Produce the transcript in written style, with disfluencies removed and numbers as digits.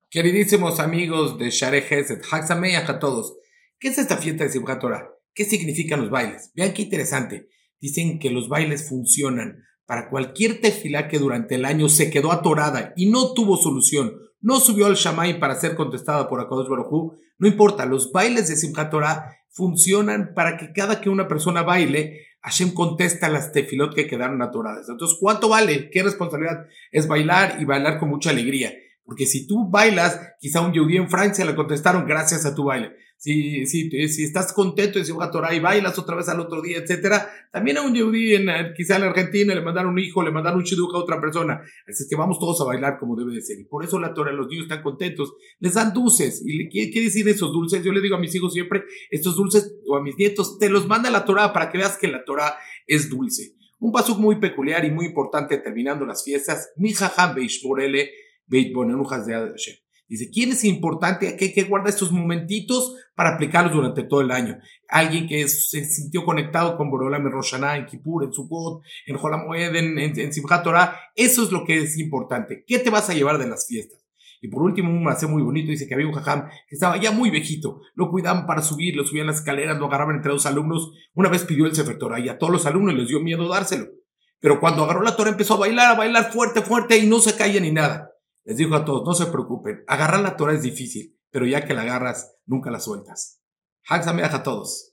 Queridísimos amigos de Share Hesed, Hag Sameach a todos. ¿Qué es esta fiesta de Simchat Torah? ¿Qué significan los bailes? Vean qué interesante. Dicen que los bailes funcionan para cualquier tefilá que durante el año se quedó atorada y no tuvo solución, no subió al Shamay para ser contestada por HaKadosh Baruj Hu. No importa, los bailes de Simchat Torah funcionan para que cada que una persona baile, Hashem contesta las tefilot que quedaron atoradas. Entonces, ¿cuánto vale? ¿Qué responsabilidad es bailar y bailar con mucha alegría? Porque si tú bailas, quizá un yehudí en Francia le contestaron gracias a tu baile. Si estás contento de Simchat Torah y bailas otra vez al otro día, etcétera, también a un yehudí quizá en Argentina le mandaron un hijo, le mandaron un shidduch a otra persona. Así es que vamos todos a bailar como debe de ser. Y por eso la Torah, los niños están contentos, les dan dulces. ¿Y qué decir esos dulces? Yo le digo a mis hijos siempre, estos dulces, o a mis nietos, te los manda la Torah para que veas que la Torah es dulce. Un pasuk muy peculiar y muy importante terminando las fiestas. Mi jajam beishborele Beitbonenujas de Hashem. Dice, ¿quién es importante que guarda estos momentitos para aplicarlos durante todo el año? Alguien que se sintió conectado con Borolam en Rosh Hashanah, en Kippur, en Sukkot, en Hol HaMoed, en Simchat Torah. Eso es lo que es importante. ¿Qué te vas a llevar de las fiestas? Y por último, un masé muy bonito, dice que había un jajam que estaba ya muy viejito, lo cuidaban para subir, lo subían las escaleras, lo agarraban entre dos alumnos. Una vez pidió el Sefer Torah y a todos los alumnos les dio miedo dárselo. Pero cuando agarró la Torah empezó a bailar fuerte, fuerte y no se caía ni nada. Les dijo a todos, no se preocupen, agarrar la Torah es difícil, pero ya que la agarras, nunca la sueltas. Hag Sameach a todos.